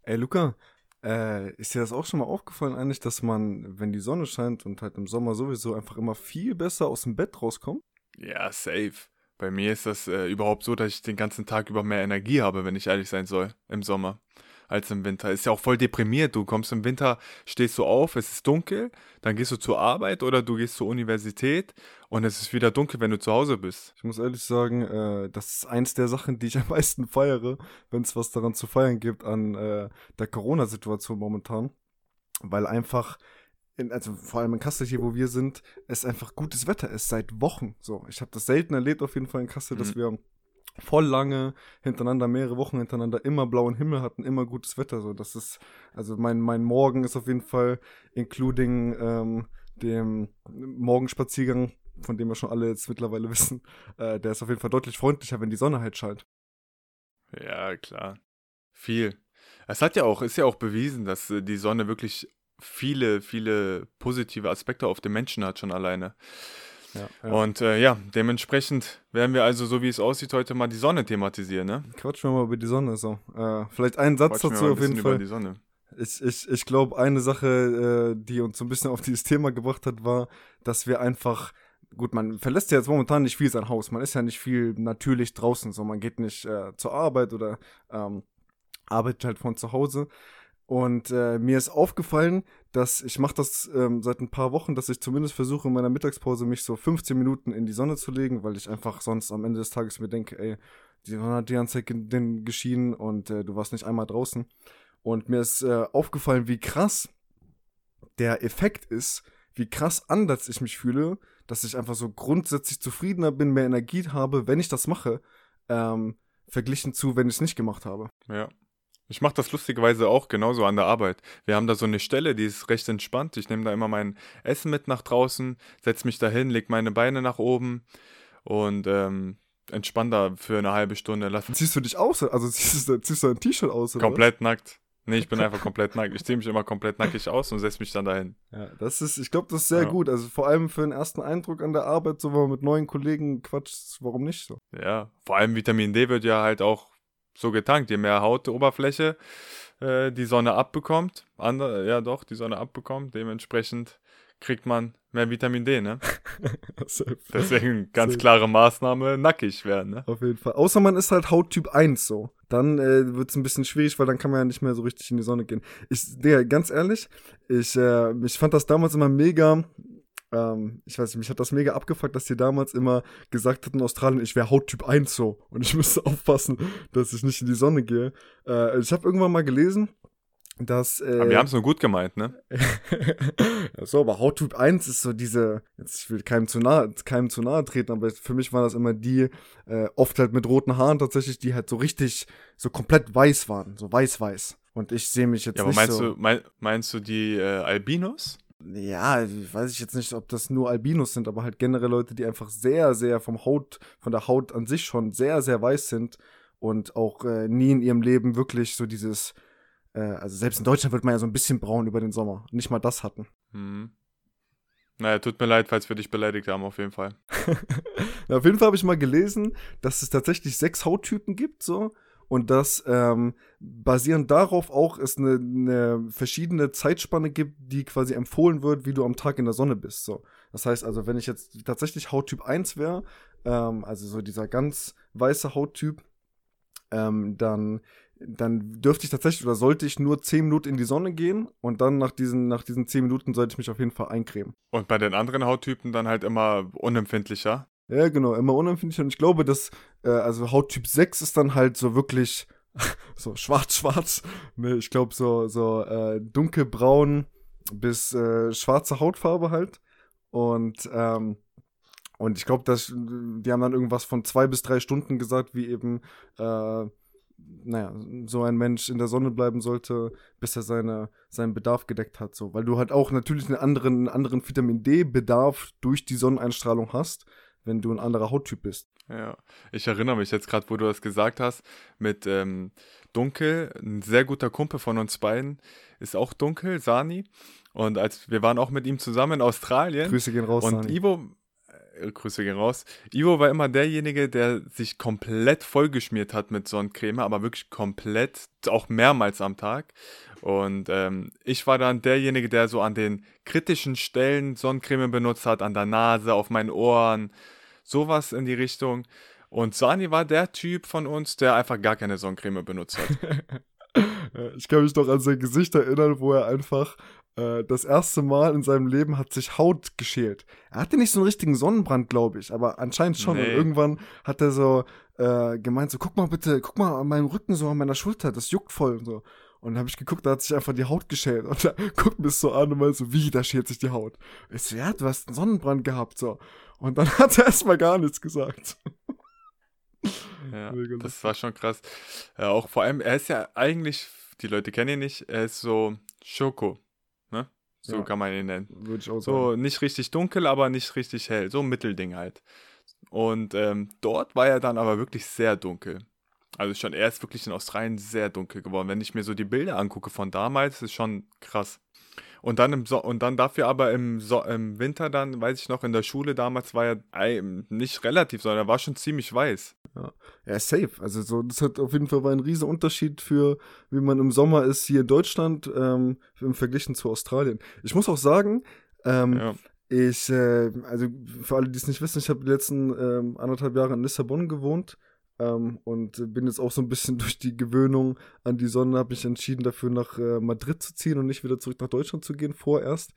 Ey, Luca, ist dir das auch schon mal aufgefallen eigentlich, dass man, wenn die Sonne scheint und halt im Sommer sowieso einfach immer viel besser aus dem Bett rauskommt? Ja, safe. Bei mir ist das überhaupt so, dass ich den ganzen Tag über mehr Energie habe, wenn ich ehrlich sein soll, im Sommer als im Winter. Ist ja auch voll deprimiert. Du kommst im Winter, stehst du auf, es ist dunkel, dann gehst du zur Arbeit oder du gehst zur Universität und es ist wieder dunkel, wenn du zu Hause bist. Ich muss ehrlich sagen, das ist eins der Sachen, die ich am meisten feiere, wenn es was daran zu feiern gibt an der Corona-Situation momentan. Weil einfach, also vor allem in Kassel hier, wo wir sind, es einfach gutes Wetter ist, seit Wochen so. Ich habe das selten erlebt auf jeden Fall in Kassel, Hm. dass wir voll lange hintereinander, mehrere Wochen hintereinander immer blauen Himmel hatten, immer gutes Wetter. So, das ist, also mein Morgen ist auf jeden Fall, including dem Morgenspaziergang, von dem wir schon alle jetzt mittlerweile wissen, der ist auf jeden Fall deutlich freundlicher, wenn die Sonne halt scheint. Ja, klar. Viel. Es hat ja auch, ist ja auch bewiesen, dass die Sonne wirklich viele, viele positive Aspekte auf den Menschen hat, schon alleine. Ja, ja. Und ja, dementsprechend werden wir also, so wie es aussieht, heute mal die Sonne thematisieren, ne? Quatschen wir mal über die Sonne. So. Vielleicht einen Satz Quatschen wir mal dazu ein auf jeden bisschen über Fall. die Sonne. Ich glaube, eine Sache, die uns so ein bisschen auf dieses Thema gebracht hat, war, dass wir einfach, gut, man verlässt ja jetzt momentan nicht viel sein Haus. Man ist ja nicht viel natürlich draußen. So, man geht nicht zur Arbeit oder arbeitet halt von zu Hause. Und mir ist aufgefallen, dass ich mache das seit ein paar Wochen, dass ich zumindest versuche in meiner Mittagspause mich so 15 Minuten in die Sonne zu legen, weil ich einfach sonst am Ende des Tages mir denke, ey, die Sonne hat die ganze Zeit geschienen und du warst nicht einmal draußen. Und mir ist aufgefallen, wie krass der Effekt ist, wie krass anders ich mich fühle, dass ich einfach so grundsätzlich zufriedener bin, mehr Energie habe, wenn ich das mache, verglichen zu, wenn ich es nicht gemacht habe. Ja. Ich mache das lustigerweise auch genauso an der Arbeit. Wir haben da so eine Stelle, die ist recht entspannt. Ich nehme da immer mein Essen mit nach draußen, setze mich da hin, leg meine Beine nach oben und entspann da für eine halbe Stunde. Lass Ziehst du dich aus? Also ziehst du ein T-Shirt aus, oder was? komplett nackt. Nee, ich bin einfach komplett nackt. Ich ziehe mich immer komplett nackig aus und setze mich dann dahin. Ja, ich glaube, das ist sehr Ja. gut. Also vor allem für den ersten Eindruck an der Arbeit, so wenn man mit neuen Kollegen quatscht, warum nicht so? Ja, vor allem Vitamin D wird ja halt auch so getankt. Je mehr Hautoberfläche die Sonne abbekommt, ja doch, die Sonne abbekommt, dementsprechend kriegt man mehr Vitamin D, ne? Safe. Deswegen ganz Safe. klare Maßnahme, nackig werden, ne? Auf jeden Fall. Außer man ist halt Hauttyp 1 so. Dann wird es ein bisschen schwierig, weil dann kann man ja nicht mehr so richtig in die Sonne gehen. Digga, ganz ehrlich, ich fand das damals immer mega. Ich weiß nicht, mich hat das mega abgefuckt, dass die damals immer gesagt hatten in Australien, ich wäre Hauttyp 1 so. Und ich müsste aufpassen, dass ich nicht in die Sonne gehe. Ich habe irgendwann mal gelesen, dass Aber wir haben es nur gut gemeint, ne? ja, so, aber Hauttyp 1 ist so diese, jetzt ich will keinem zu nahe treten, aber für mich waren das immer die, oft halt mit roten Haaren tatsächlich, die halt so richtig, so komplett weiß waren, so weiß-weiß. Und ich sehe mich jetzt Ja, aber nicht meinst so, du, meinst du die Albinos? ja, weiß ich jetzt nicht, ob das nur Albinos sind, aber halt generell Leute, die einfach sehr, sehr von der Haut an sich schon sehr, sehr weiß sind und auch nie in ihrem Leben wirklich so dieses, also selbst in Deutschland wird man ja so ein bisschen braun über den Sommer, nicht mal das hatten. Hm. Naja, tut mir leid, falls wir dich beleidigt haben, auf jeden Fall. Ja, auf jeden Fall habe ich mal gelesen, dass es tatsächlich 6 Hauttypen gibt, so. Und dass basierend darauf auch es eine verschiedene Zeitspanne gibt, die quasi empfohlen wird, wie du am Tag in der Sonne bist. So. Das heißt also, wenn ich jetzt tatsächlich Hauttyp 1 wäre, also so dieser ganz weiße Hauttyp, dann dürfte ich tatsächlich oder sollte ich nur 10 Minuten in die Sonne gehen und dann nach diesen 10 Minuten sollte ich mich auf jeden Fall eincremen. Und bei den anderen Hauttypen dann halt immer unempfindlicher. Ja, genau, immer unempfindlich. Und ich glaube, dass, also Hauttyp 6 ist dann halt so wirklich so schwarz-schwarz. Ne, ich glaube, so dunkelbraun bis schwarze Hautfarbe halt. Und, und ich glaube, die haben dann irgendwas von 2 bis 3 Stunden gesagt, wie eben, naja, so ein Mensch in der Sonne bleiben sollte, bis er seinen Bedarf gedeckt hat. So. Weil du halt auch natürlich einen anderen Vitamin D-Bedarf durch die Sonneneinstrahlung hast, wenn du ein anderer Hauttyp bist. Ja, ich erinnere mich jetzt gerade, wo du das gesagt hast, mit Dunkel. Ein sehr guter Kumpel von uns beiden ist auch dunkel, Sani. Und wir waren auch mit ihm zusammen in Australien. Grüße gehen raus, Und Sani. Ivo, Grüße gehen raus. Ivo war immer derjenige, der sich komplett vollgeschmiert hat mit Sonnencreme, aber wirklich komplett, auch mehrmals am Tag. Und ich war dann derjenige, der so an den kritischen Stellen Sonnencreme benutzt hat, an der Nase, auf meinen Ohren, sowas in die Richtung. Und Sani war der Typ von uns, der einfach gar keine Sonnencreme benutzt hat. Ich kann mich noch an sein Gesicht erinnern, wo er einfach das erste Mal in seinem Leben hat sich Haut geschält. Er hatte nicht so einen richtigen Sonnenbrand, glaube ich, aber anscheinend schon. Nee. Und irgendwann hat er so gemeint, so guck mal an meinem Rücken, so an meiner Schulter, das juckt voll und so. Und dann habe ich geguckt, da hat sich einfach die Haut geschält. Und er guckt mich so an und meint so, wie, da schält sich die Haut. Ich so, ja, du hast einen Sonnenbrand gehabt, so. Und dann hat er erstmal gar nichts gesagt. Ja, das war schon krass. Auch vor allem, er ist ja eigentlich, die Leute kennen ihn nicht, er ist so Schoko, ne? So Ja, kann man ihn nennen. würde ich auch sagen. So nicht richtig dunkel, aber nicht richtig hell. So ein Mittelding halt. Und dort war er dann aber wirklich sehr dunkel. Also schon, er ist wirklich in Australien sehr dunkel geworden. Wenn ich mir so die Bilder angucke von damals, ist schon krass. Und dann und dann dafür aber im Winter dann, weiß ich noch, in der Schule damals war er nicht relativ, sondern er war schon ziemlich weiß. Ja, safe. Also so, das hat auf jeden Fall ein riesen Unterschied für, wie man im Sommer ist hier in Deutschland im Verglichen zu Australien. Ich muss auch sagen, Ja. also für alle, die es nicht wissen, ich habe die letzten 1,5 Jahre in Lissabon gewohnt und bin jetzt auch so ein bisschen durch die Gewöhnung an die Sonne, habe mich entschieden dafür nach Madrid zu ziehen und nicht wieder zurück nach Deutschland zu gehen vorerst.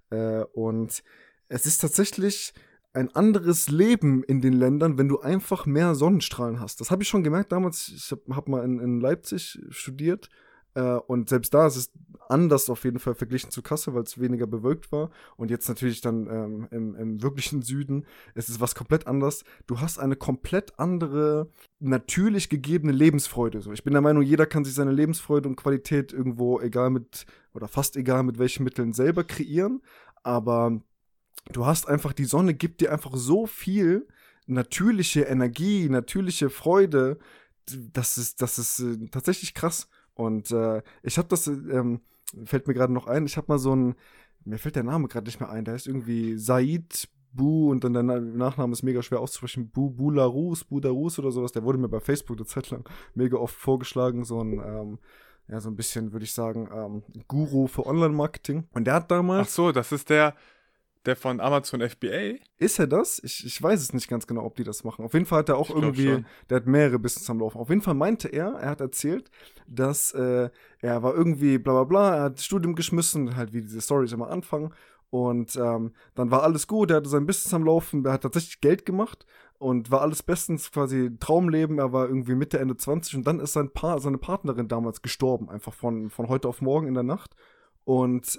Und es ist tatsächlich ein anderes Leben in den Ländern, wenn du einfach mehr Sonnenstrahlen hast. Das habe ich schon gemerkt damals. Ich hab mal in Leipzig studiert und selbst da ist es anders auf jeden Fall verglichen zu Kassel, weil es weniger bewölkt war. Und jetzt natürlich dann im wirklichen Süden ist es was komplett anderes. Du hast eine komplett andere, natürlich gegebene Lebensfreude. So, ich bin der Meinung, jeder kann sich seine Lebensfreude und Qualität irgendwo oder fast egal mit welchen Mitteln selber kreieren. Aber du hast einfach, die Sonne gibt dir einfach so viel natürliche Energie, natürliche Freude, das ist tatsächlich krass. Und ich habe das, fällt mir gerade noch ein, ich habe mal mir fällt der Name gerade nicht mehr ein, der heißt irgendwie Said Bu und dann der Nachname ist mega schwer auszusprechen, Budarus oder sowas, der wurde mir bei Facebook eine Zeit lang mega oft vorgeschlagen, so ein bisschen, würde ich sagen, Guru für Online-Marketing. Und der hat damals... Ach so, das ist der von Amazon FBA? Ist er das? Ich weiß es nicht ganz genau, ob die das machen. Auf jeden Fall hat er auch schon. Der hat mehrere Business am Laufen. Auf jeden Fall meinte er hat erzählt, dass er war irgendwie bla bla bla, er hat das Studium geschmissen, halt wie diese Storys immer anfangen. Und dann war alles gut, er hatte sein Business am Laufen, er hat tatsächlich Geld gemacht und war alles bestens, quasi Traumleben. Er war irgendwie Mitte, Ende 20 und dann ist seine Partnerin damals gestorben, einfach von heute auf morgen in der Nacht. Und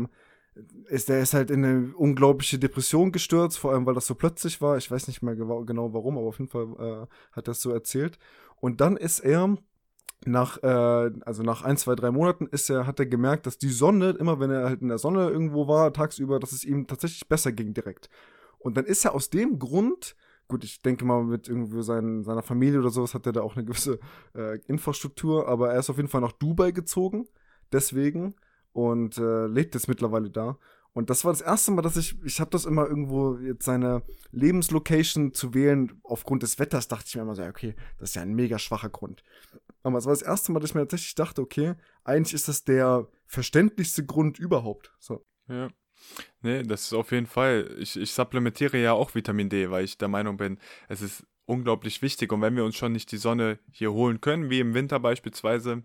der ist halt in eine unglaubliche Depression gestürzt, vor allem, weil das so plötzlich war. Ich weiß nicht mehr genau warum, aber auf jeden Fall hat er es so erzählt. Und dann ist er nach 1, 2, 3 Monaten hat er gemerkt, dass die Sonne, immer wenn er halt in der Sonne irgendwo war, tagsüber, dass es ihm tatsächlich besser ging direkt. Und dann ist er aus dem Grund, gut, ich denke mal mit irgendwie seiner Familie oder sowas hat er da auch eine gewisse Infrastruktur, aber er ist auf jeden Fall nach Dubai gezogen, deswegen, und lebt jetzt mittlerweile da. Und das war das erste Mal, dass ich habe das immer irgendwo, jetzt seine Lebenslocation zu wählen, aufgrund des Wetters, dachte ich mir immer so, okay, das ist ja ein mega schwacher Grund. Aber es war das erste Mal, dass ich mir tatsächlich dachte, okay, eigentlich ist das der verständlichste Grund überhaupt. So. Ja. Nee, das ist auf jeden Fall. Ich supplementiere ja auch Vitamin D, weil ich der Meinung bin, es ist unglaublich wichtig. Und wenn wir uns schon nicht die Sonne hier holen können, wie im Winter beispielsweise,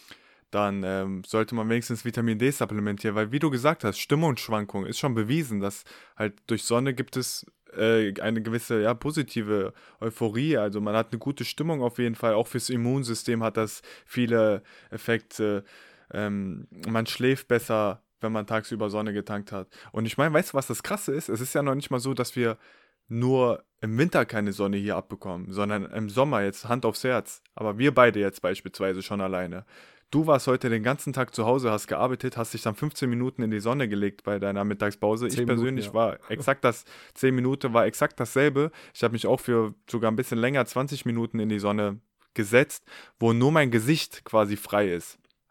dann sollte man wenigstens Vitamin D supplementieren, weil wie du gesagt hast, Stimmungsschwankung ist schon bewiesen, dass halt durch Sonne gibt es eine gewisse, positive Euphorie, also man hat eine gute Stimmung auf jeden Fall, auch fürs Immunsystem hat das viele Effekte, man schläft besser, wenn man tagsüber Sonne getankt hat. Und ich meine, weißt du, was das Krasse ist? Es ist ja noch nicht mal so, dass wir nur im Winter keine Sonne hier abbekommen, sondern im Sommer jetzt Hand aufs Herz, aber wir beide jetzt beispielsweise schon alleine. Du warst heute den ganzen Tag zu Hause, hast gearbeitet, hast dich dann 15 Minuten in die Sonne gelegt bei deiner Mittagspause. 10 Ich persönlich Minuten, war exakt 10 Minuten war exakt dasselbe. Ich habe mich auch für sogar ein bisschen länger, 20 Minuten in die Sonne gesetzt, wo nur mein Gesicht quasi frei ist.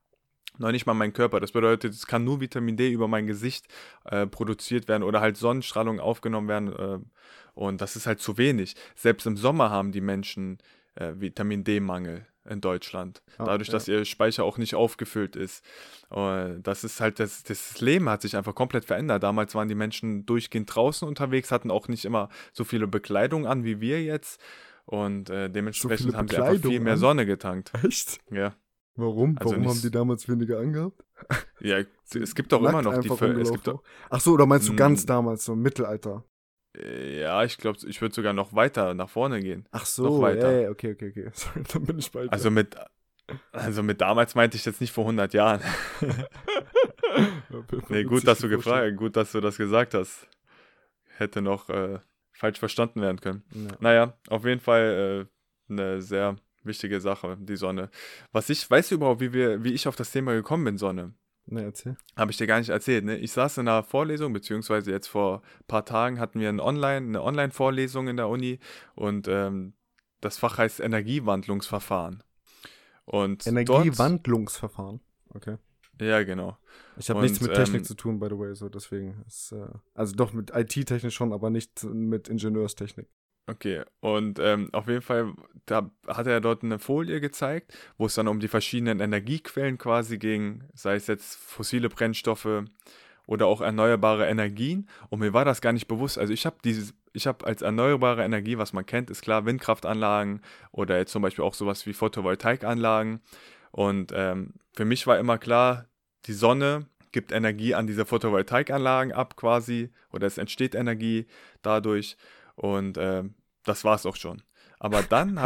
Noch nicht mal mein Körper. Das bedeutet, es kann nur Vitamin D über mein Gesicht produziert werden oder halt Sonnenstrahlung aufgenommen werden. Und das ist halt zu wenig. Selbst im Sommer haben die Menschen Vitamin D-Mangel in Deutschland. Ah, Dadurch, ja. dass ihr Speicher auch nicht aufgefüllt ist. Das ist halt, das Leben hat sich einfach komplett verändert. Damals waren die Menschen durchgehend draußen unterwegs, hatten auch nicht immer so viele Bekleidung an wie wir jetzt. Und So viele dementsprechend haben sie einfach viel Bekleidung mehr an? Sonne getankt. Echt? Ja. Warum? Also Warum haben die nicht, damals weniger angehabt? ja, es Sind gibt auch immer nackt noch einfach es gibt rumgelaufen auch, auch. Ach so, oder meinst du ganz mm, damals, so im Mittelalter? ja, ich glaube, ich würde sogar noch weiter nach vorne gehen. Ach Noch so, ja, weiter. ja, okay, okay, okay. Sorry, dann bin ich bei dir. Also mit, also mit damals meinte ich jetzt nicht vor 100 Jahren. Auf jeden Fall Nee, witzig, die Vorstellung. gut, dass du das gesagt hast. Hätte noch falsch verstanden werden können. Ja, Naja, auf jeden Fall eine sehr wichtige Sache, die Sonne. Weißt du überhaupt, wie ich auf das Thema gekommen bin, Sonne? na, erzähl. Habe ich dir gar nicht erzählt, ne? Ich saß in einer Vorlesung, beziehungsweise jetzt vor ein paar Tagen hatten wir eine Online-Vorlesung in der Uni und das Fach heißt Energiewandlungsverfahren. Und dort, Energiewandlungsverfahren. Okay. ja genau. Ich habe nichts Und mit Technik zu tun, by the way, so deswegen ist, also doch mit IT-Technik schon, aber nicht mit Ingenieurstechnik. okay, und auf jeden Fall, da hat er dort eine Folie gezeigt, wo es dann um die verschiedenen Energiequellen quasi ging, sei es jetzt fossile Brennstoffe oder auch erneuerbare Energien. Und mir war das gar nicht bewusst. Also ich habe als erneuerbare Energie, was man kennt, ist klar Windkraftanlagen oder jetzt zum Beispiel auch sowas wie Photovoltaikanlagen. Und für mich war immer klar, die Sonne gibt Energie an diese Photovoltaikanlagen ab quasi oder es entsteht Energie dadurch. Und das war es auch schon. Aber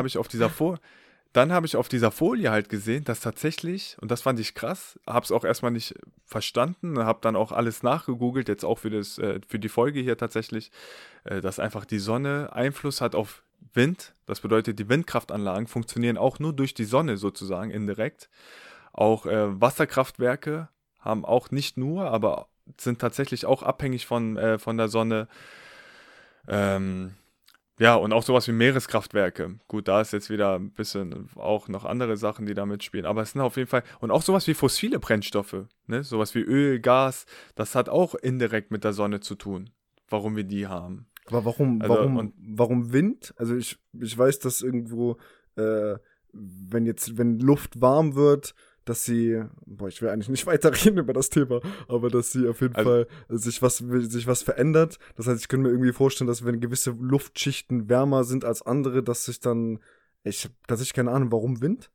dann habe ich auf dieser Folie halt gesehen, dass tatsächlich, und das fand ich krass, habe es auch erstmal nicht verstanden, habe dann auch alles nachgegoogelt, jetzt auch für die Folge hier tatsächlich, dass einfach die Sonne Einfluss hat auf Wind. Das bedeutet, die Windkraftanlagen funktionieren auch nur durch die Sonne sozusagen indirekt. Auch Wasserkraftwerke haben auch nicht nur, aber sind tatsächlich auch abhängig von der Sonne. Ähm, ja, und auch sowas wie Meereskraftwerke. Gut, da ist jetzt wieder ein bisschen auch noch andere Sachen, die da mitspielen. Aber es sind auf jeden Fall, und auch sowas wie fossile Brennstoffe, ne? Sowas wie Öl, Gas, das hat auch indirekt mit der Sonne zu tun, warum wir die haben. Aber warum, Also, warum, und warum Wind? Also ich weiß, dass irgendwo, wenn Luft warm wird, dass sie, boah, ich will eigentlich nicht weiterreden über das Thema, aber dass sie auf jeden also, Fall sich was verändert. Das heißt, ich könnte mir irgendwie vorstellen, dass wenn gewisse Luftschichten wärmer sind als andere, dass sich dann, ich habe tatsächlich keine Ahnung, warum Wind?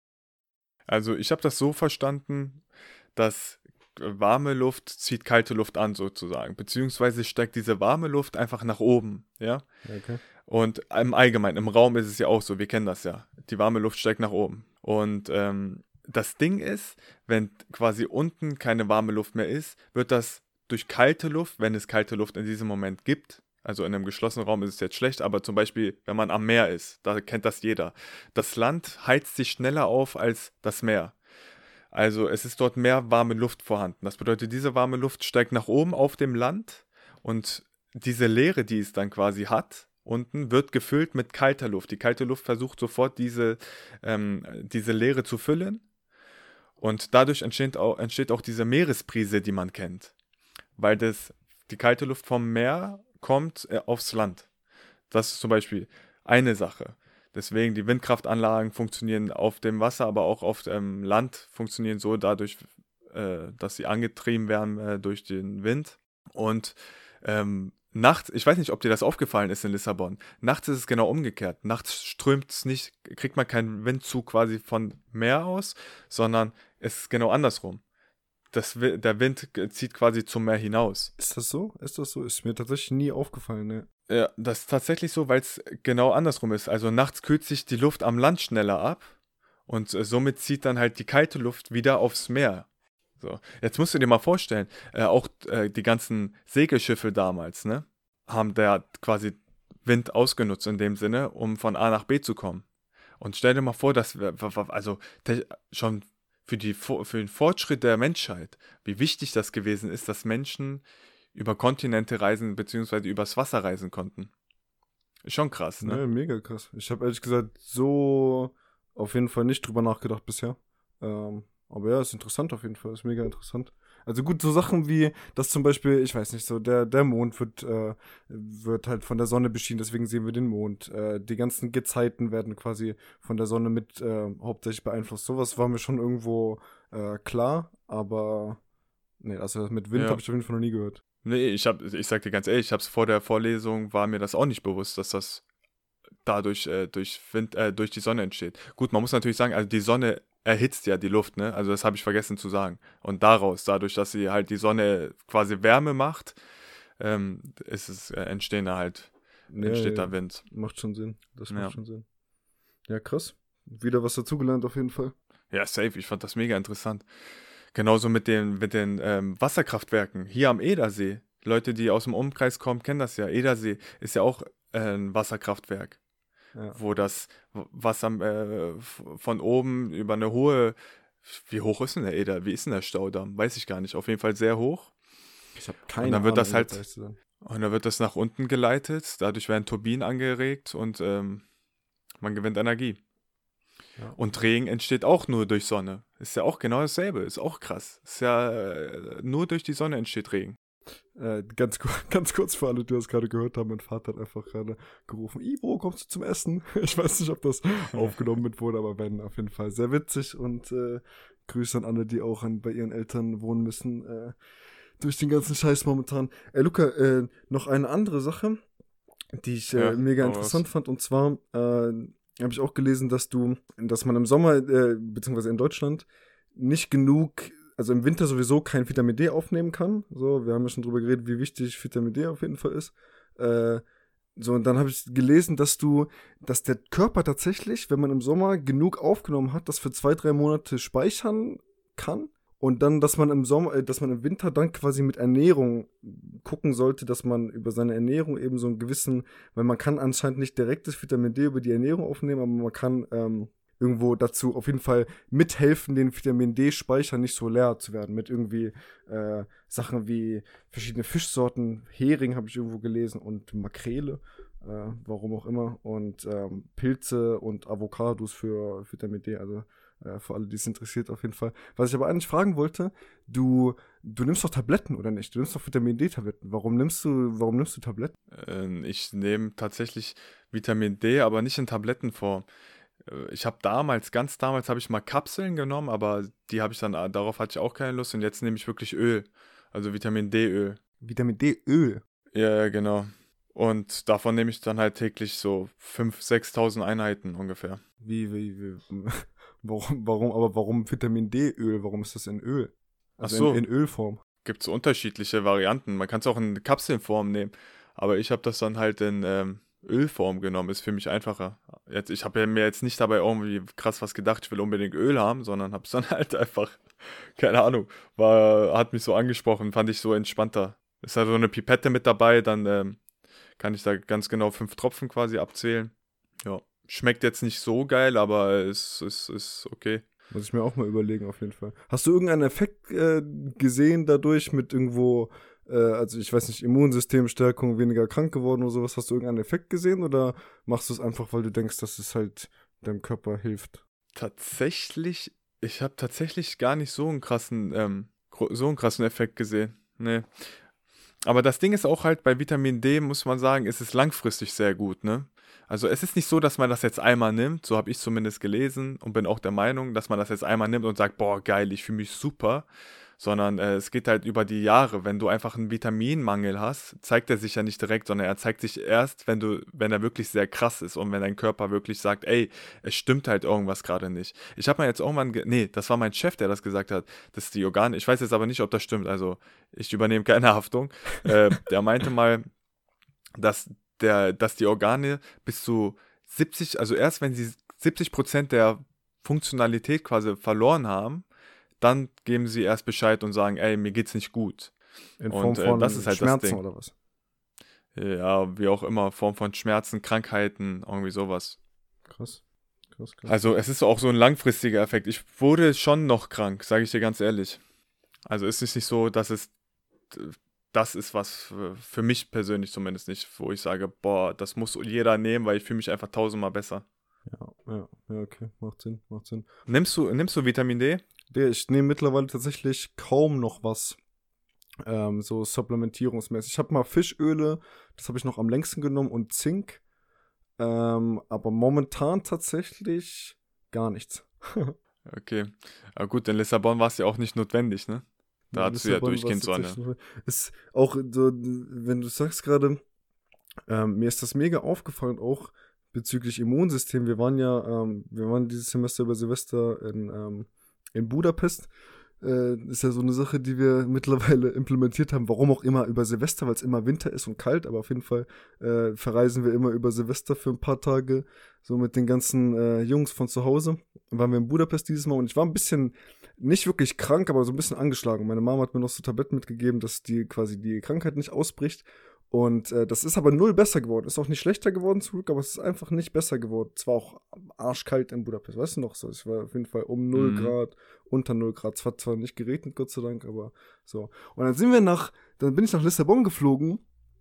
also ich habe das so verstanden, dass warme Luft zieht kalte Luft an sozusagen, beziehungsweise steigt diese warme Luft einfach nach oben, ja. Ja, okay. Und im Allgemeinen, im Raum ist es ja auch so, wir kennen das ja. Die warme Luft steigt nach oben. Und das Ding ist, wenn quasi unten keine warme Luft mehr ist, wird das durch kalte Luft, wenn es kalte Luft in diesem Moment gibt, also in einem geschlossenen Raum ist es jetzt schlecht, aber zum Beispiel, wenn man am Meer ist, da kennt das jeder. Das Land heizt sich schneller auf als das Meer. Also es ist dort mehr warme Luft vorhanden. Das bedeutet, diese warme Luft steigt nach oben auf dem Land und diese Leere, die es dann quasi hat, unten, wird gefüllt mit kalter Luft. Die kalte Luft versucht sofort diese Leere zu füllen und dadurch entsteht auch diese Meeresbrise, die man kennt, weil die kalte Luft vom Meer kommt aufs Land. Das ist zum Beispiel eine Sache. Deswegen die Windkraftanlagen funktionieren auf dem Wasser, aber auch auf dem Land funktionieren so dadurch, dass sie angetrieben werden durch den Wind. Und nachts, ich weiß nicht, ob dir das aufgefallen ist in Lissabon, nachts ist es genau umgekehrt. Nachts strömt es nicht, kriegt man keinen Windzug quasi von Meer aus, sondern es ist genau andersrum. Der Wind zieht quasi zum Meer hinaus. Ist das so? Ist das so? Ist mir tatsächlich nie aufgefallen, ne? Ja, das ist tatsächlich so, weil es genau andersrum ist. Also nachts kühlt sich die Luft am Land schneller ab und somit zieht dann halt die kalte Luft wieder aufs Meer. So, jetzt musst du dir mal vorstellen, auch die ganzen Segelschiffe damals, ne, haben da quasi Wind ausgenutzt in dem Sinne, um von A nach B zu kommen. Und stell dir mal vor, also schon für den Fortschritt der Menschheit, wie wichtig das gewesen ist, dass Menschen über Kontinente reisen, beziehungsweise übers Wasser reisen konnten. Ist schon krass, ne? Ne, mega krass. Ich habe ehrlich gesagt so auf jeden Fall nicht drüber nachgedacht bisher. Aber ja, ist interessant auf jeden Fall, ist mega interessant. Also gut, so Sachen wie, dass zum Beispiel, ich weiß nicht, so der Mond wird halt von der Sonne beschienen, deswegen sehen wir den Mond. Die ganzen Gezeiten werden quasi von der Sonne mit hauptsächlich beeinflusst. Sowas war mir schon irgendwo klar, aber nee, also mit Wind Ja. habe ich auf jeden Fall noch nie gehört. Nee, ich sag dir ganz ehrlich, ich hab's vor der Vorlesung, war mir das auch nicht bewusst, dass das dadurch durch die Sonne entsteht. Gut, man muss natürlich sagen, also die Sonne erhitzt ja die Luft, ne? Also das habe ich vergessen zu sagen. Und dadurch, dass sie halt die Sonne quasi Wärme macht, Ja, entsteht ja, da Wind. macht schon Sinn. Das macht Ja. schon Sinn. Ja, krass. Wieder was dazugelernt auf jeden Fall. Ja, safe, ich fand das mega interessant. Genauso mit den Wasserkraftwerken hier am Edersee. Leute, die aus dem Umkreis kommen, kennen das ja. Edersee ist ja auch ein Wasserkraftwerk, Ja. wo das Wasser von oben über eine hohe, wie hoch ist denn der Eder? Wie ist denn der Staudamm? Weiß ich gar nicht. Auf jeden Fall sehr hoch. Ich habe Und keine dann wird Ahnung, das um ganz halt, ehrlich zu sein. und dann wird das nach unten geleitet. Dadurch werden Turbinen angeregt und man gewinnt Energie. Ja. Und Regen entsteht auch nur durch Sonne. Ist ja auch genau dasselbe. Ist auch krass. Ist ja nur durch die Sonne entsteht Regen. Ganz kurz für alle, die das gerade gehört haben, mein Vater hat einfach gerade gerufen, Ivo, kommst du zum Essen? Ich weiß nicht, ob das aufgenommen mit wurde, aber wenn, auf jeden Fall sehr witzig und Grüße an alle, die auch bei ihren Eltern wohnen müssen, durch den ganzen Scheiß momentan. Luca, noch eine andere Sache, die ich Ja, mega hau interessant raus. fand, und zwar habe ich auch gelesen, dass man im Sommer, beziehungsweise in Deutschland, nicht genug, also im Winter sowieso kein Vitamin D aufnehmen kann. So, wir haben ja schon drüber geredet, wie wichtig Vitamin D auf jeden Fall ist. Äh, so, und dann habe ich gelesen, dass der Körper tatsächlich, wenn man im Sommer genug aufgenommen hat, das für 2, 3 Monate speichern kann. Und dann, dass man im Winter dann quasi mit Ernährung gucken sollte, dass man über seine Ernährung eben so einen gewissen, weil man kann anscheinend nicht direkt das Vitamin D über die Ernährung aufnehmen, aber man kann irgendwo dazu auf jeden Fall mithelfen, den Vitamin D-Speicher nicht so leer zu werden. Mit irgendwie Sachen wie verschiedene Fischsorten, Hering habe ich irgendwo gelesen und Makrele, warum auch immer. Und Pilze und Avocados für Vitamin D, also für alle, die es interessiert, auf jeden Fall. Was ich aber eigentlich fragen wollte, du nimmst doch Tabletten, oder nicht? Du nimmst doch Vitamin D-Tabletten. Warum nimmst du Tabletten? Ich nehme tatsächlich Vitamin D, aber nicht in Tablettenform. Ich habe ganz damals habe ich mal Kapseln genommen, aber die habe ich dann, darauf hatte ich auch keine Lust und jetzt nehme ich wirklich Öl, also Vitamin D-Öl. Vitamin D-Öl. Ja, ja, genau. Und davon nehme ich dann halt täglich so 5.000, 6.000 Einheiten ungefähr. Wie, warum Vitamin D-Öl? Warum ist das in Öl? Ach Also so, in Ölform. gibt es unterschiedliche Varianten. Man kann es auch in Kapselform nehmen, aber ich habe das dann halt in Ölform genommen. Ist für mich einfacher. Ich habe ja mir jetzt nicht dabei irgendwie krass was gedacht, ich will unbedingt Öl haben, sondern habe es dann halt einfach, keine Ahnung, hat mich so angesprochen, fand ich so entspannter. Ist halt so eine Pipette mit dabei, dann kann ich da ganz genau 5 Tropfen quasi abzählen. Ja, schmeckt jetzt nicht so geil, aber es ist okay. Muss ich mir auch mal überlegen, auf jeden Fall. Hast du irgendeinen Effekt gesehen dadurch mit irgendwo, also ich weiß nicht, Immunsystemstärkung, weniger krank geworden oder sowas? Hast du irgendeinen Effekt gesehen oder machst du es einfach, weil du denkst, dass es halt deinem Körper hilft? Tatsächlich, ich habe tatsächlich gar nicht so einen krassen Effekt gesehen. Nee. Aber das Ding ist auch halt, bei Vitamin D muss man sagen, ist es langfristig sehr gut, ne? Also es ist nicht so, dass man das jetzt einmal nimmt, so habe ich zumindest gelesen und bin auch der Meinung, dass man das jetzt einmal nimmt und sagt, boah, geil, ich fühle mich super, sondern es geht halt über die Jahre. Wenn du einfach einen Vitaminmangel hast, zeigt er sich ja nicht direkt, sondern er zeigt sich erst, wenn er wirklich sehr krass ist und wenn dein Körper wirklich sagt, ey, es stimmt halt irgendwas gerade nicht. Ich habe mal jetzt irgendwann, nee, das war mein Chef, der das gesagt hat, dass die Organe, ich weiß jetzt aber nicht, ob das stimmt, also ich übernehme keine Haftung, der meinte mal, dass, dass die Organe bis zu 70, also erst wenn sie 70% der Funktionalität quasi verloren haben, dann geben sie erst Bescheid und sagen, ey, mir geht's nicht gut. In Form Und das ist von halt das Schmerzen Ding. oder was? Ja, wie auch immer, Form von Schmerzen, Krankheiten, irgendwie sowas. Krass, krass, krass. Also es ist auch so ein langfristiger Effekt. Ich wurde schon noch krank, sage ich dir ganz ehrlich. Also es ist nicht so, dass es das ist was für mich persönlich zumindest nicht, wo ich sage, boah, das muss jeder nehmen, weil ich fühle mich einfach 1000-mal besser. Ja, okay, macht Sinn, macht Sinn. Nimmst du Vitamin D? Ich nehme mittlerweile tatsächlich kaum noch was, so supplementierungsmäßig. Ich habe mal Fischöle, das habe ich noch am längsten genommen und Zink, aber momentan tatsächlich gar nichts. Okay. Aber gut, in Lissabon war es ja auch nicht notwendig, ne? Da Ja, hattest du ja Lissabon war durchgehend Sonne. tatsächlich ist auch so, wenn du sagst gerade, mir ist das mega aufgefallen, auch bezüglich Immunsystem. Wir waren dieses Semester über Silvester in Budapest. Ist ja so eine Sache, die wir mittlerweile implementiert haben. Warum auch immer über Silvester, weil es immer Winter ist und kalt, aber auf jeden Fall verreisen wir immer über Silvester für ein paar Tage, so mit den ganzen Jungs von zu Hause. Dann waren wir in Budapest dieses Mal und ich war ein bisschen, nicht wirklich krank, aber so ein bisschen angeschlagen. Meine Mama hat mir noch so Tabletten mitgegeben, dass die quasi die Krankheit nicht ausbricht. Und das ist aber null besser geworden. Ist auch nicht schlechter geworden zurück, aber es ist einfach nicht besser geworden. Es war auch arschkalt in Budapest, weißt du noch so? Es war auf jeden Fall um 0 Mhm. Grad, unter 0 Grad. Es hat zwar nicht geregnet, Gott sei Dank, aber so. Und dann bin ich nach Lissabon geflogen,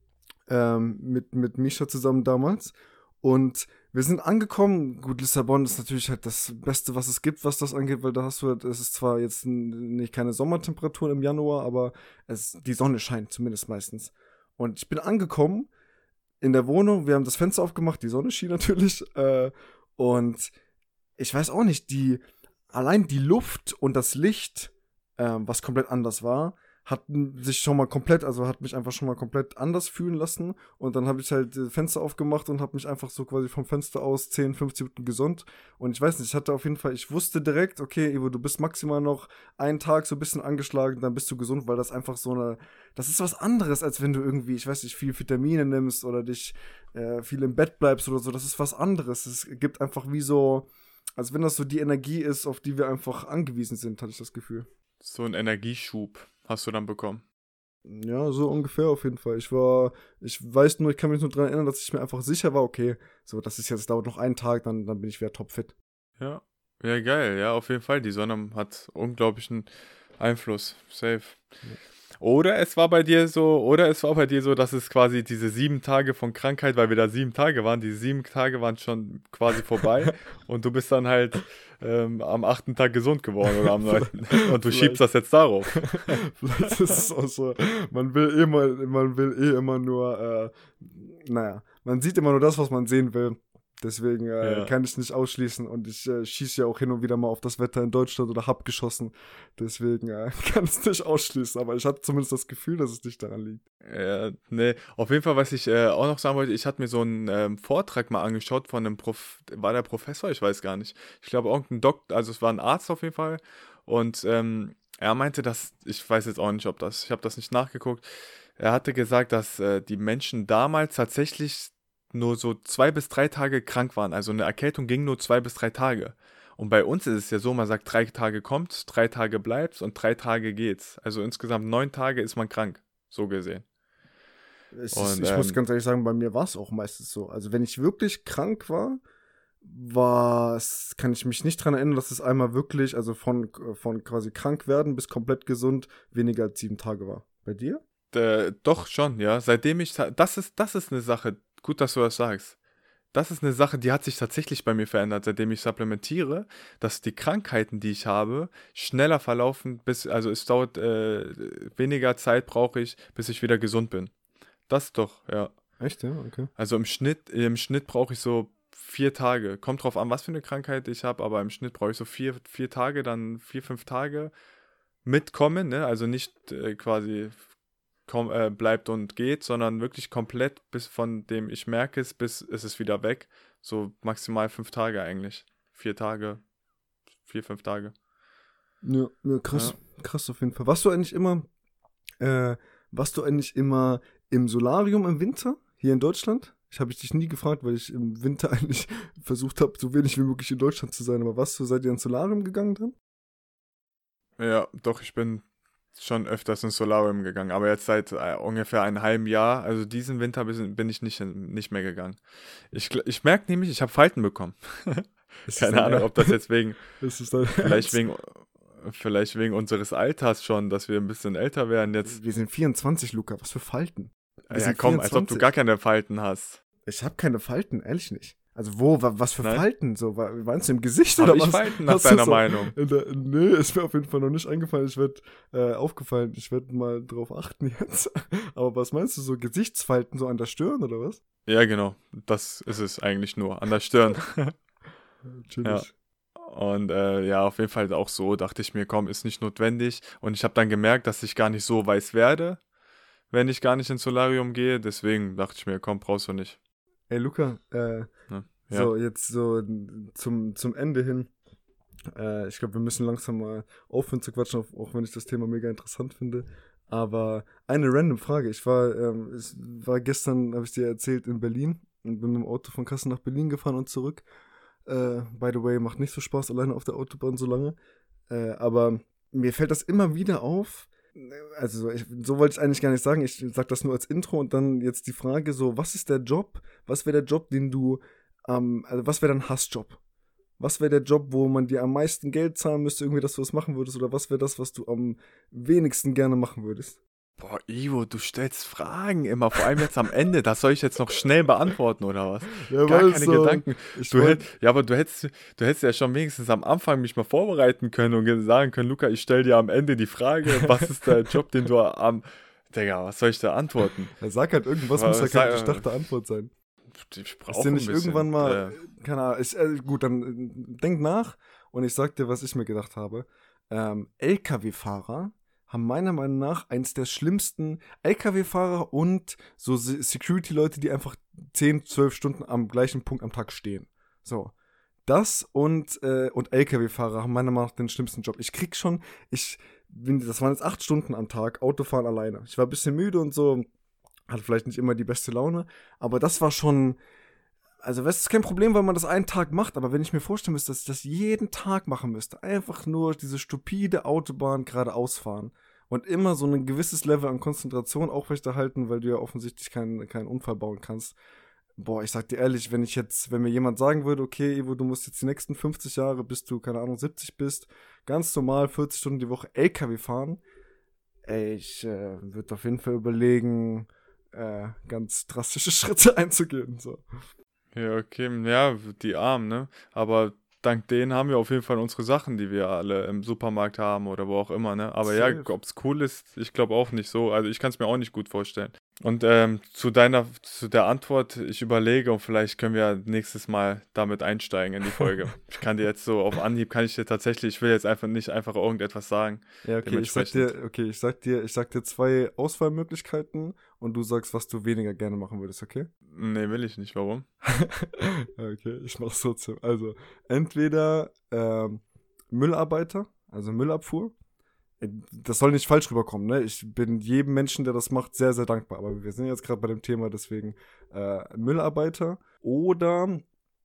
mit Misha zusammen damals. Und wir sind angekommen. Gut, Lissabon ist natürlich halt das Beste, was es gibt, was das angeht, weil da hast du halt, es ist zwar jetzt nicht keine Sommertemperatur im Januar, aber die Sonne scheint zumindest meistens. Und ich bin angekommen in der Wohnung, wir haben das Fenster aufgemacht, die Sonne schien natürlich, und ich weiß auch nicht, allein die Luft und das Licht, was komplett anders war, hat mich einfach schon mal komplett anders fühlen lassen. Und dann habe ich halt Fenster aufgemacht und habe mich einfach so quasi vom Fenster aus 10, 15 Minuten gesonnt. Und ich weiß nicht, ich wusste direkt, okay, Ivo, du bist maximal noch einen Tag so ein bisschen angeschlagen, dann bist du gesund, weil das einfach das ist was anderes, als wenn du irgendwie, ich weiß nicht, viel Vitamine nimmst oder dich viel im Bett bleibst oder so. Das ist was anderes. Es gibt einfach wie so, als wenn das so die Energie ist, auf die wir einfach angewiesen sind, hatte ich das Gefühl. So ein Energieschub hast du dann bekommen. Ja, so ungefähr auf jeden Fall. Ich kann mich nur daran erinnern, dass ich mir einfach sicher war, okay, so, das dauert noch einen Tag, dann bin ich wieder topfit. Ja. Ja, geil. Ja, auf jeden Fall. Die Sonne hat unglaublichen Einfluss. Safe. Ja. Oder es war bei dir so, dass es quasi diese 7 Tage von Krankheit, weil wir da 7 Tage waren, diese 7 Tage waren schon quasi vorbei und du bist dann halt am 8. Tag gesund geworden oder am 9. Und du schiebst das jetzt darauf. Vielleicht ist es auch so, man will eh immer nur, man sieht immer nur das, was man sehen will. Deswegen Ja. kann ich nicht ausschließen und ich schieße ja auch hin und wieder mal auf das Wetter in Deutschland oder hab geschossen. Deswegen kann ich es nicht ausschließen, aber ich hatte zumindest das Gefühl, dass es nicht daran liegt. Nee, auf jeden Fall, was ich auch noch sagen wollte, ich hatte mir so einen Vortrag mal angeschaut von einem war der Professor? Ich weiß gar nicht. Ich glaube, irgendein Doktor, also es war ein Arzt auf jeden Fall. Und er meinte, ich weiß jetzt auch nicht, ich habe das nicht nachgeguckt. Er hatte gesagt, dass die Menschen damals tatsächlich nur so 2 bis 3 Tage krank waren. Also eine Erkältung ging nur 2 bis 3 Tage. Und bei uns ist es ja so, man sagt, 3 Tage kommt's, 3 Tage bleibt's und 3 Tage geht's. Also insgesamt 9 Tage ist man krank, so gesehen. Und Ich muss ganz ehrlich sagen, bei mir war es auch meistens so. Also wenn ich wirklich krank kann ich mich nicht dran erinnern, dass es einmal wirklich, also von quasi krank werden bis komplett gesund, weniger als 7 Tage war. Bei dir? Doch schon, ja. Das ist eine Sache, gut, dass du das sagst. Das ist eine Sache, die hat sich tatsächlich bei mir verändert, seitdem ich supplementiere, dass die Krankheiten, die ich habe, schneller verlaufen, also es dauert, weniger Zeit brauche ich, bis ich wieder gesund bin. Das doch, ja. Echt, ja? Okay. Also im Schnitt brauche ich so 4 Tage. Kommt drauf an, was für eine Krankheit ich habe, aber im Schnitt brauche ich so 4 Tage, dann 4, 5 Tage mitkommen, ne? Also nicht quasi bleibt und geht, sondern wirklich komplett bis von dem ich merke es, bis es ist wieder weg. So maximal 5 Tage eigentlich. 4 Tage, 4, 5 Tage. Ja, krass. Krass auf jeden Fall. Warst du eigentlich immer im Solarium im Winter hier in Deutschland? Ich habe dich nie gefragt, weil ich im Winter eigentlich versucht habe, so wenig wie möglich in Deutschland zu sein. Aber seid ihr ins Solarium gegangen dann? Ja, doch, ich bin schon öfters ins Solarium gegangen, aber jetzt seit ungefähr einem halben Jahr, also diesen Winter bin ich nicht mehr gegangen. Ich merke nämlich, ich habe Falten bekommen. Keine Ahnung, ob das jetzt vielleicht wegen unseres Alters schon, dass wir ein bisschen älter werden jetzt. Wir sind 24, Luca. Was für Falten? Ja, komm, als ob du gar keine Falten hast. Ich habe keine Falten, ehrlich nicht. Also wo, was für Nein. Falten? So, meinst du im Gesicht Hab oder ich was? Falten nach Hast du deiner so Meinung? Nee, ist mir auf jeden Fall noch nicht eingefallen. Aufgefallen. Ich werde mal drauf achten jetzt. Aber was meinst du, so Gesichtsfalten so an der Stirn oder was? Ja, genau. Das ist es eigentlich nur. An der Stirn. Ja. Chillig. Und ja, auf jeden Fall auch so, dachte ich mir, komm, ist nicht notwendig. Und ich habe dann gemerkt, dass ich gar nicht so weiß werde, wenn ich gar nicht ins Solarium gehe. Deswegen dachte ich mir, komm, brauchst du nicht. Ey, Luca, Ne? Ja. so, jetzt so zum Ende hin. Ich glaube, wir müssen langsam mal aufhören zu quatschen, auch wenn ich das Thema mega interessant finde. Aber eine random Frage. Ich war gestern, habe ich dir erzählt, in Berlin und bin mit dem Auto von Kassel nach Berlin gefahren und zurück. By the way, macht nicht so Spaß alleine auf der Autobahn so lange. Aber mir fällt das immer wieder auf. Also, so wollte ich eigentlich gar nicht sagen. Ich sage das nur als Intro und dann jetzt die Frage: so, was ist der Job? Was wäre der Job, den du, also, was wäre dein Hassjob? Was wäre der Job, wo man dir am meisten Geld zahlen müsste, irgendwie, dass du das machen würdest? Oder was wäre das, was du am wenigsten gerne machen würdest? Boah, Ivo, du stellst Fragen immer, vor allem jetzt am Ende. Das soll ich jetzt noch schnell beantworten, oder was? Ja, Gar weil keine so, Gedanken. ich Du wollt, hätt, ja, aber du hättest ja schon wenigstens am Anfang mich mal vorbereiten können und sagen können, Luca, ich stell dir am Ende die Frage, was ist der Job, den du Digga, was soll ich da antworten? sag halt irgendwas, muss ja Was keine sag- durchdachte Antwort sein. Ich Ist brauche dir ein nicht bisschen. irgendwann mal, keine Ahnung, gut, dann denk nach und ich sag dir, was ich mir gedacht habe. LKW-Fahrer haben meiner Meinung nach eins der schlimmsten LKW-Fahrer und so Security-Leute, die einfach 10, 12 Stunden am gleichen Punkt am Tag stehen. So. Das und LKW-Fahrer haben meiner Meinung nach den schlimmsten Job. Das waren jetzt 8 Stunden am Tag, Autofahren alleine. Ich war ein bisschen müde und so, hatte vielleicht nicht immer die beste Laune, aber das war schon, also das ist kein Problem, weil man das einen Tag macht, aber wenn ich mir vorstellen müsste, dass ich das jeden Tag machen müsste, einfach nur diese stupide Autobahn geradeaus fahren und immer so ein gewisses Level an Konzentration aufrechterhalten, weil du ja offensichtlich keinen Unfall bauen kannst. Boah, ich sag dir ehrlich, wenn mir jemand sagen würde, okay, Ivo, du musst jetzt die nächsten 50 Jahre, bis du, keine Ahnung, 70 bist, ganz normal 40 Stunden die Woche LKW fahren, ey, ich würde auf jeden Fall überlegen, ganz drastische Schritte einzugehen. So. Ja, okay, ja, die Armen, ne? Aber dank denen haben wir auf jeden Fall unsere Sachen, die wir alle im Supermarkt haben oder wo auch immer, ne? Aber ja, Safe. ob es cool ist, ich glaube auch nicht so. Also ich kann es mir auch nicht gut vorstellen. Und zu der Antwort, ich überlege und vielleicht können wir nächstes Mal damit einsteigen in die Folge. Ich kann dir jetzt so auf Anhieb, ich will jetzt einfach nicht einfach irgendetwas sagen. Ja, okay, ich sag dir 2 Auswahlmöglichkeiten und du sagst, was du weniger gerne machen würdest, okay? Nee, will ich nicht. Warum? Okay, ich mach's trotzdem. Also, entweder Müllarbeiter, also Müllabfuhr. Das soll nicht falsch rüberkommen, ne? Ich bin jedem Menschen, der das macht, sehr, sehr dankbar. Aber wir sind jetzt gerade bei dem Thema, deswegen Müllarbeiter oder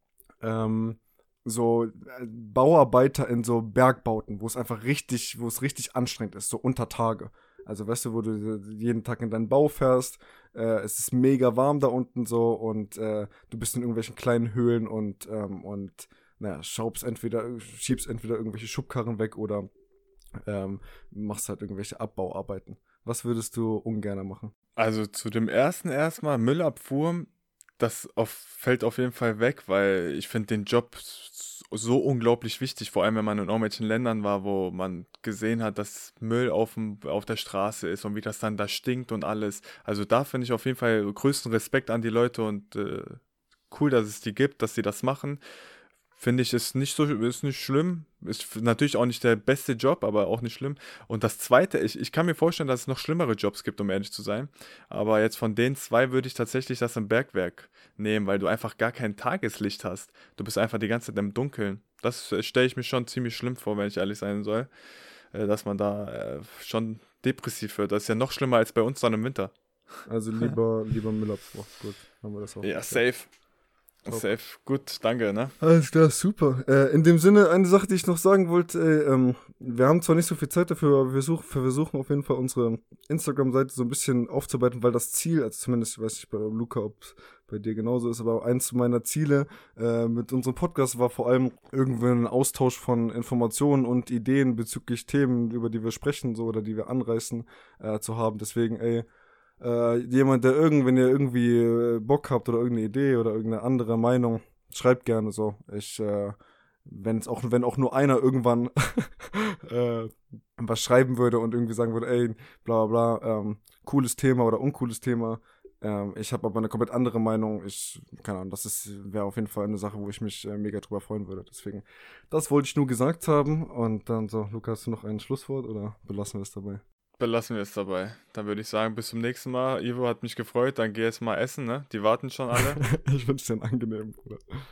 so Bauarbeiter in so Bergbauten, wo es richtig anstrengend ist, so unter Tage. Also weißt du, wo du jeden Tag in deinen Bau fährst, es ist mega warm da unten so und du bist in irgendwelchen kleinen Höhlen und naja, schiebst entweder irgendwelche Schubkarren weg oder machst halt irgendwelche Abbauarbeiten. Was würdest du ungern machen? Also zu dem ersten erstmal, Müllabfuhr, fällt auf jeden Fall weg, weil ich finde den Job so unglaublich wichtig, vor allem wenn man in irgendwelchen Ländern war, wo man gesehen hat, dass Müll auf der Straße ist und wie das dann da stinkt und alles. Also da finde ich auf jeden Fall größten Respekt an die Leute und cool, dass es die gibt, dass sie das machen. Finde ich, ist nicht schlimm. Ist natürlich auch nicht der beste Job, aber auch nicht schlimm. Und das Zweite, ich kann mir vorstellen, dass es noch schlimmere Jobs gibt, um ehrlich zu sein. Aber jetzt von den 2 würde ich tatsächlich das im Bergwerk nehmen, weil du einfach gar kein Tageslicht hast. Du bist einfach die ganze Zeit im Dunkeln. Das stelle ich mir schon ziemlich schlimm vor, wenn ich ehrlich sein soll. Dass man da schon depressiv wird. Das ist ja noch schlimmer als bei uns dann im Winter. Also lieber Müllabfuhr. Gut, haben wir das auch. Ja, geklärt. safe. Top. Safe. Gut, danke, ne? Alles klar, super. In dem Sinne, eine Sache, die ich noch sagen wollte, wir haben zwar nicht so viel Zeit dafür, aber wir versuchen auf jeden Fall unsere Instagram-Seite so ein bisschen aufzuarbeiten, weil das Ziel, also zumindest, ich weiß nicht bei Luca, ob es bei dir genauso ist, aber eins meiner Ziele mit unserem Podcast war vor allem irgendwie ein Austausch von Informationen und Ideen bezüglich Themen, über die wir sprechen, so oder die wir anreißen, zu haben. Deswegen, jemand, wenn ihr irgendwie Bock habt oder irgendeine Idee oder irgendeine andere Meinung, schreibt gerne so. Wenn auch nur einer irgendwann was schreiben würde und irgendwie sagen würde, ey, bla bla bla, cooles Thema oder uncooles Thema. Ich habe aber eine komplett andere Meinung. Keine Ahnung, wäre auf jeden Fall eine Sache, wo ich mich mega drüber freuen würde. Deswegen, das wollte ich nur gesagt haben. Und dann so, Luca, hast du noch ein Schlusswort oder belassen wir es dabei? Belassen wir es dabei. Dann würde ich sagen, bis zum nächsten Mal. Ivo, hat mich gefreut. Dann geh jetzt mal essen, ne? Die warten schon alle. Ich wünsche dir einen angenehmen, Bruder.